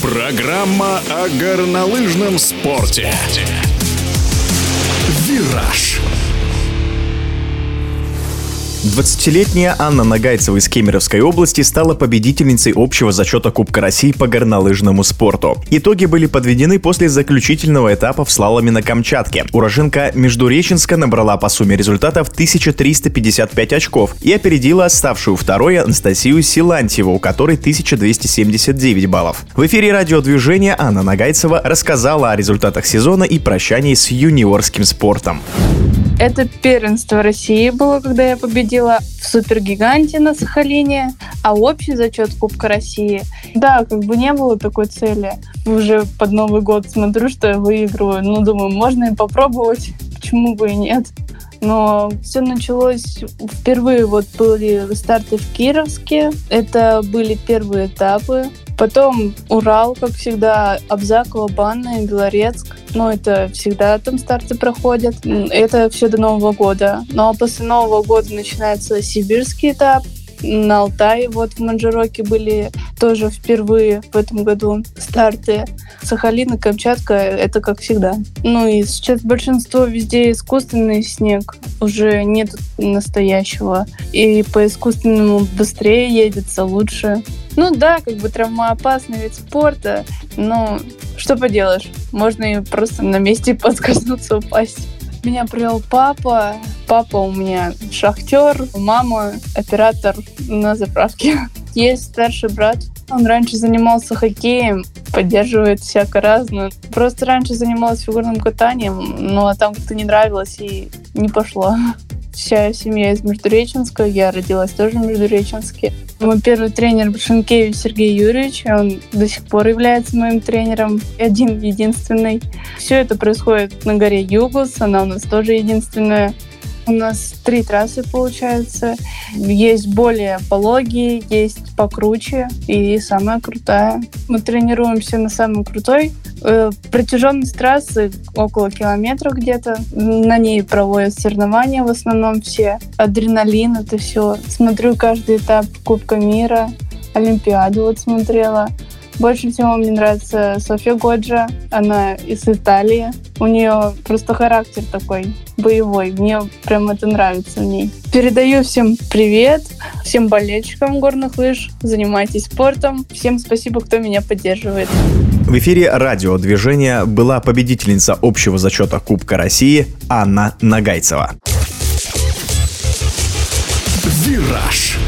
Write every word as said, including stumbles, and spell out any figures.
Программа о горнолыжном спорте. «Вираж». двадцатилетняя Анна Нагайцева из Кемеровской области стала победительницей общего зачета Кубка России по горнолыжному спорту. Итоги были подведены после заключительного этапа в слаломе на Камчатке. Уроженка Междуреченска набрала по сумме результатов тысяча триста пятьдесят пять очков и опередила ставшую второй Анастасию Силантьеву, у которой тысяча двести семьдесят девять баллов. В эфире радиодвижения Анна Нагайцева рассказала о результатах сезона и прощании с юниорским спортом. Это первенство России было, когда я победила в супергиганте на Сахалине, а общий зачет Кубка России. Да, как бы не было такой цели. Уже под Новый год смотрю, что я выигрываю. Ну, думаю, можно и попробовать, почему бы и нет. Но все началось впервые, вот были старты в Кировске, это были первые этапы. Потом Урал, как всегда, Абзаково, Банное, Белорецк. Ну, это всегда там старты проходят. Это все до Нового года. Ну, а после Нового года начинается сибирский этап. На Алтае, вот в Манжароке были тоже впервые в этом году старты. Сахалин и Камчатка — это как всегда. Ну и сейчас большинство везде искусственный снег, уже нет настоящего. И по искусственному быстрее едется, лучше. Ну да, как бы травмоопасный вид спорта, но что поделаешь, можно и просто на месте подскользнуться, упасть. Меня привел папа. Папа у меня шахтер, мама оператор на заправке. Есть старший брат. Он раньше занимался хоккеем, поддерживает всяко разное. Просто раньше занималась фигурным катанием, но там как-то не нравилось и не пошло. Вся семья из Междуреченска, я родилась тоже в Междуреченске. Мой первый тренер Шенкевич Сергей Юрьевич, он до сих пор является моим тренером, один единственный. Все это происходит на горе Югус, она у нас тоже единственная. У нас три трассы, получается. Есть более пологие, есть покруче и самая крутая. Мы тренируемся на самой крутой. Протяженность трассы около километра где-то. На ней проводят соревнования в основном все. Адреналин, это все. Смотрю каждый этап Кубка мира. Олимпиаду вот смотрела. Больше всего мне нравится Софья Годжа. Она из Италии. У нее просто характер такой боевой. Мне прям это нравится в ней. Передаю всем привет. Всем болельщикам горных лыж. Занимайтесь спортом. Всем спасибо, кто меня поддерживает. В эфире радиодвижения была победительница общего зачета Кубка России Анна Нагайцева. «Вираж».